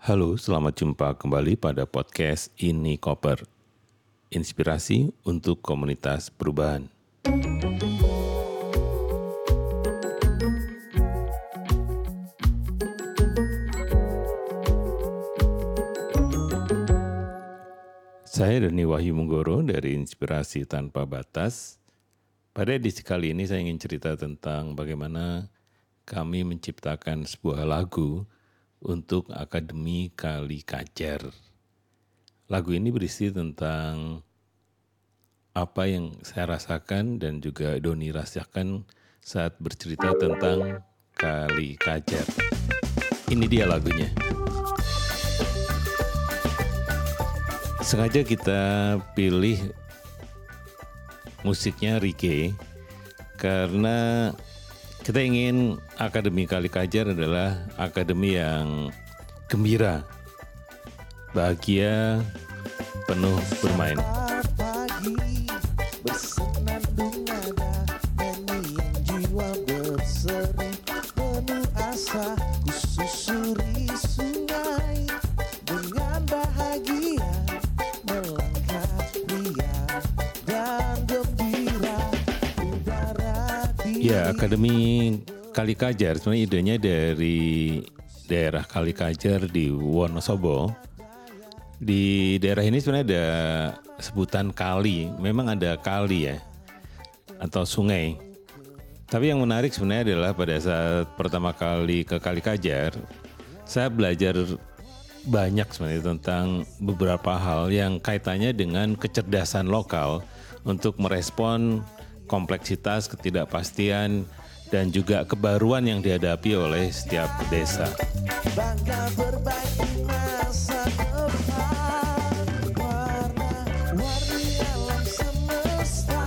Halo, selamat jumpa kembali pada podcast Ini Koper. Inspirasi untuk komunitas perubahan. Saya Dani Wahyu Munggoro dari Inspirasi Tanpa Batas. Pada edisi kali ini saya ingin cerita tentang bagaimana kami menciptakan sebuah lagu untuk Akademi Kali Kajar. Lagu ini berisi tentang apa yang saya rasakan dan juga Doni rasakan saat bercerita tentang Kali Kajar. Ini dia lagunya. Sengaja kita pilih musiknya reggae karena kita ingin Akademi Kali Kajar adalah akademi yang gembira, bahagia, penuh bermain. Pagi bersenandung nada nyanyian jiwa berseri penuh asa ku susuri sungai dengan bahagia melangkah ria dan gembira udara di Ya, Akademi Kali Kajar sebenarnya idenya dari daerah Kali Kajar di Wonosobo. Di daerah ini sebenarnya ada sebutan kali, memang ada kali ya, atau sungai. Tapi yang menarik sebenarnya adalah pada saat pertama kali ke Kali Kajar, saya belajar banyak sebenarnya tentang beberapa hal yang kaitannya dengan kecerdasan lokal untuk merespon kompleksitas, ketidakpastian, dan juga kebaruan yang dihadapi oleh setiap desa. bangga berbagi masa depan warna-warni alam semesta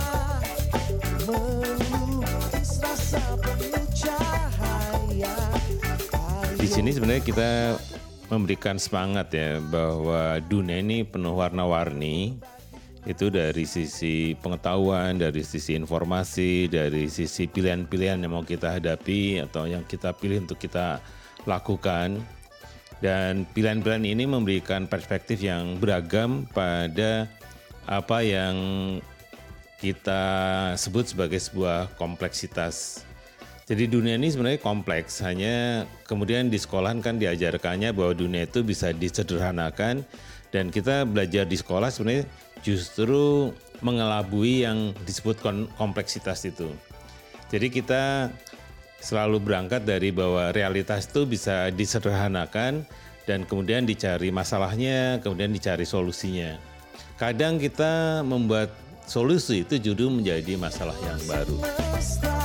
melukis rasa penuh cahaya. Di sini sebenarnya kita memberikan semangat ya bahwa dunia ini penuh warna-warni. Itu dari sisi pengetahuan, dari sisi informasi, dari sisi pilihan-pilihan yang mau kita hadapi atau yang kita pilih untuk kita lakukan. Dan pilihan-pilihan ini memberikan perspektif yang beragam pada apa yang kita sebut sebagai sebuah kompleksitas. Jadi dunia ini sebenarnya kompleks, hanya kemudian di sekolahan kan diajarkannya bahwa dunia itu bisa disederhanakan, dan kita belajar di sekolah sebenarnya justru mengelabui yang disebut kompleksitas itu. Jadi kita selalu berangkat dari bahwa realitas itu bisa disederhanakan dan kemudian dicari masalahnya, kemudian dicari solusinya. Kadang kita membuat solusi itu justru menjadi masalah yang baru. Semesta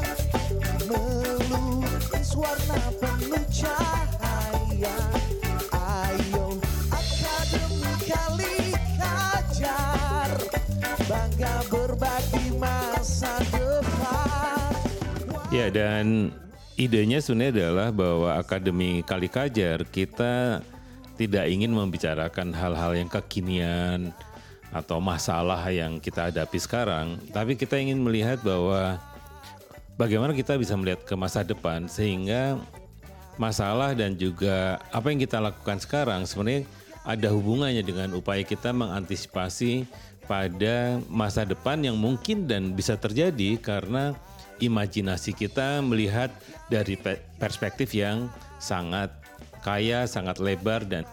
melukis warna penuh cahaya. Ayo Akademi Kali Kajar, bangga berbagi masa depan. Ya, dan idenya sebenarnya adalah bahwa Akademi Kali Kajar kita tidak ingin membicarakan hal-hal yang kekinian atau masalah yang kita hadapi sekarang, tapi kita ingin melihat bahwa bagaimana kita bisa melihat ke masa depan sehingga masalah dan juga apa yang kita lakukan sekarang sebenarnya ada hubungannya dengan upaya kita mengantisipasi pada masa depan yang mungkin dan bisa terjadi karena imajinasi kita melihat dari perspektif yang sangat kaya, sangat lebar dan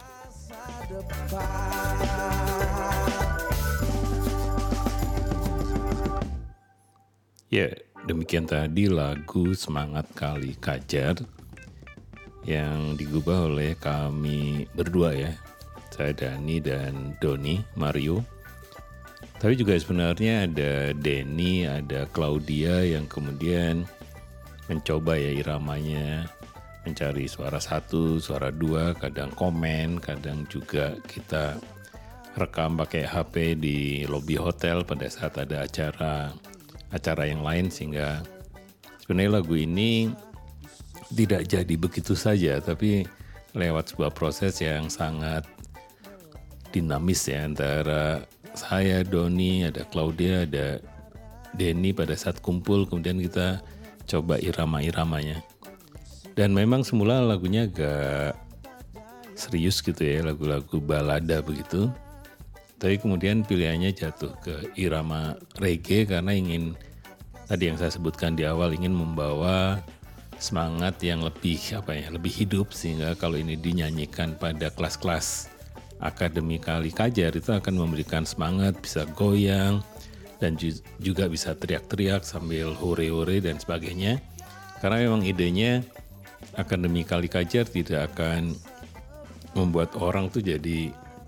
ya, demikian tadi lagu Semangat Kali Kajar yang digubah oleh kami berdua ya. Saya Dani dan Doni, Mario. Tapi juga sebenarnya ada Denny, ada Claudia yang kemudian mencoba ya iramanya, mencari suara satu, suara dua, kadang komen, kadang juga kita rekam pakai HP di lobi hotel pada saat ada acara yang lain, sehingga sebenarnya lagu ini tidak jadi begitu saja, tapi lewat sebuah proses yang sangat dinamis ya, antara saya, Doni, ada Claudia, ada Denny pada saat kumpul, kemudian kita coba irama-iramanya. Dan memang semula lagunya agak serius gitu ya, lagu-lagu balada begitu. Tapi kemudian pilihannya jatuh ke irama reggae karena ingin, tadi yang saya sebutkan di awal, ingin membawa semangat yang lebih lebih hidup, sehingga kalau ini dinyanyikan pada kelas-kelas Akademi Kali Kajar itu akan memberikan semangat, bisa goyang dan juga bisa teriak-teriak sambil hore-hore dan sebagainya. Karena memang idenya Akademi Kali Kajar tidak akan membuat orang tuh jadi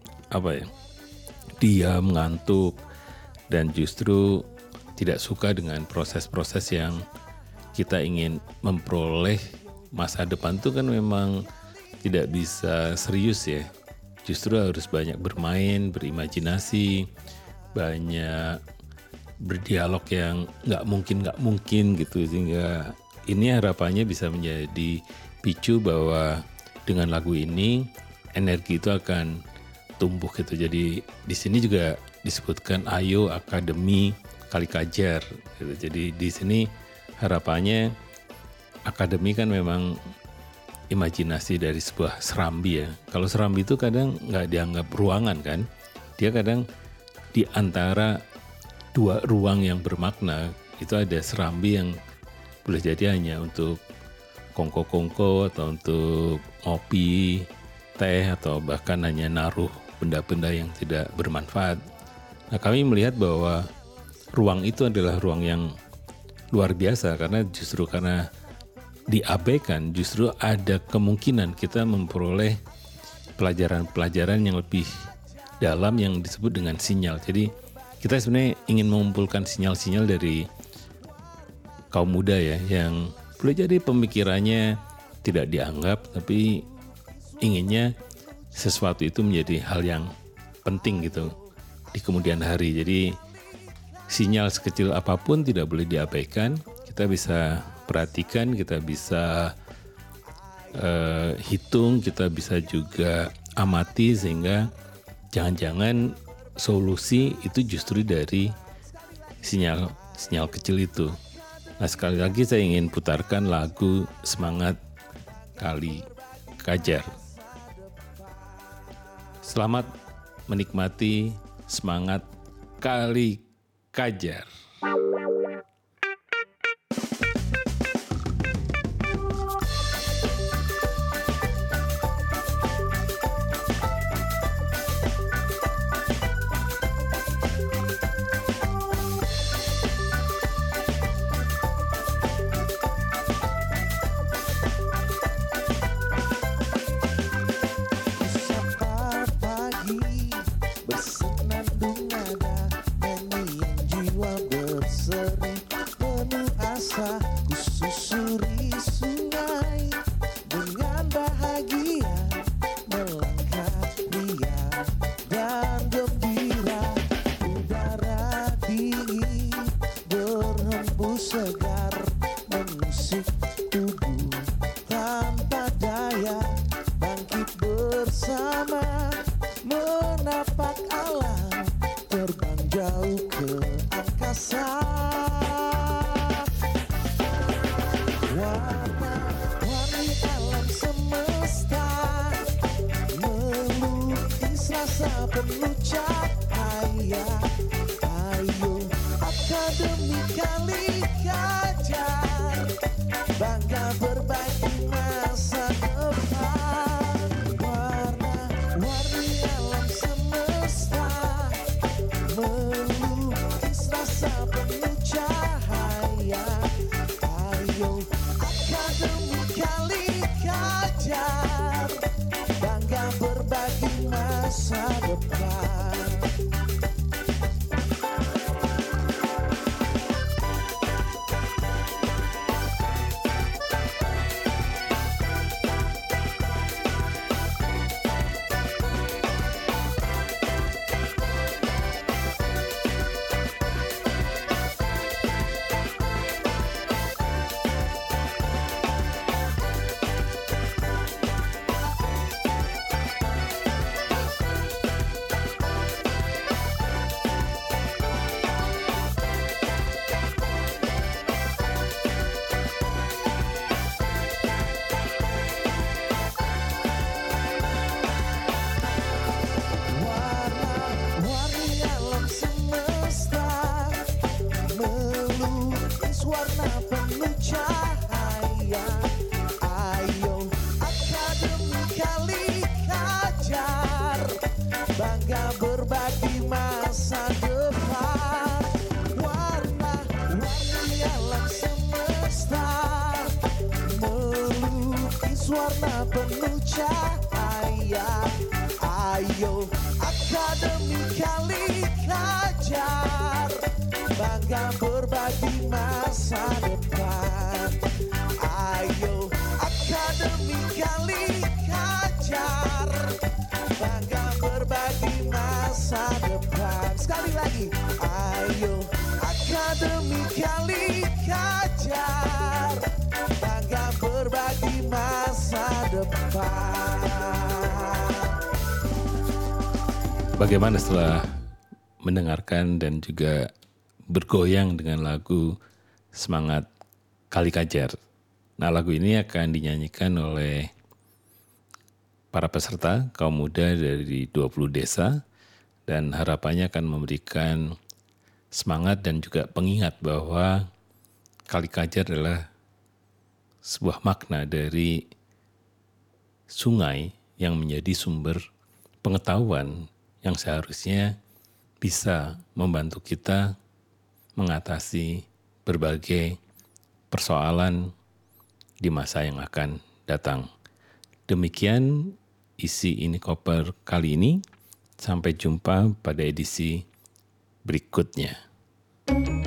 diam, ngantuk, dan justru tidak suka dengan proses-proses yang kita ingin memperoleh masa depan tuh kan memang tidak bisa serius ya. Justru harus banyak bermain, berimajinasi, banyak berdialog yang nggak mungkin gitu, sehingga ini harapannya bisa menjadi picu bahwa dengan lagu ini energi itu akan tumbuh gitu. Jadi di sini juga disebutkan Ayo Akademi Kali Kajar gitu. Jadi di sini harapannya akademi kan memang imajinasi dari sebuah serambi ya. Kalau serambi itu kadang nggak dianggap ruangan kan, dia kadang di antara dua ruang yang bermakna. Itu ada serambi yang boleh jadi hanya untuk kongko-kongko atau untuk ngopi, teh, atau bahkan hanya naruh benda-benda yang tidak bermanfaat. Nah, kami melihat bahwa ruang itu adalah ruang yang luar biasa karena diabaikan, justru ada kemungkinan kita memperoleh pelajaran-pelajaran yang lebih dalam yang disebut dengan sinyal. Jadi kita sebenarnya ingin mengumpulkan sinyal-sinyal dari kaum muda ya, yang boleh jadi pemikirannya tidak dianggap, tapi inginnya sesuatu itu menjadi hal yang penting gitu di kemudian hari. Jadi sinyal sekecil apapun tidak boleh diabaikan. Kita bisa perhatikan, kita bisa hitung, kita bisa juga amati, sehingga jangan-jangan solusi itu justru dari sinyal kecil itu. Nah, sekali lagi saya ingin putarkan lagu Semangat Kali Kajar. Selamat menikmati Semangat Kali Kajar. Bersenandung nada, nyanyian jiwa berseri, penuh asa, ku susuri sungai dengan bahagia, melangkah ria dan gembira. Udara dingin berhembus segar, mengusik tubuh tanpa daya, bangkit bersama, menapak alam, terbang jauh ke angkasa. Warna-warni alam semesta, melukis rasa penuh cahaya. Ayo Akademi Kali Kajar, bangga berbagi masa depan. Warna-warni alam semesta, melukis rasa penuh cahaya. Ayo Akademi Kali Kajar, bangga berbagi masa depan. penuh cahaya. Ayo Akademi Kali Kajar, bangga berbagi masa depan. Ayo Akademi Kali Kajar, bangga berbagi masa depan. Sekali lagi, ayo Akademi Kali Kajar, bangga berbagi masa depan. Bagaimana setelah mendengarkan dan juga bergoyang dengan lagu Semangat Kali Kajar? Nah, lagu ini akan dinyanyikan oleh para peserta kaum muda dari 20 desa dan harapannya akan memberikan semangat dan juga pengingat bahwa Kali Kajar adalah sebuah makna dari sungai yang menjadi sumber pengetahuan yang seharusnya bisa membantu kita mengatasi berbagai persoalan di masa yang akan datang. Demikian isi Ini Koper kali ini. Sampai jumpa pada edisi berikutnya.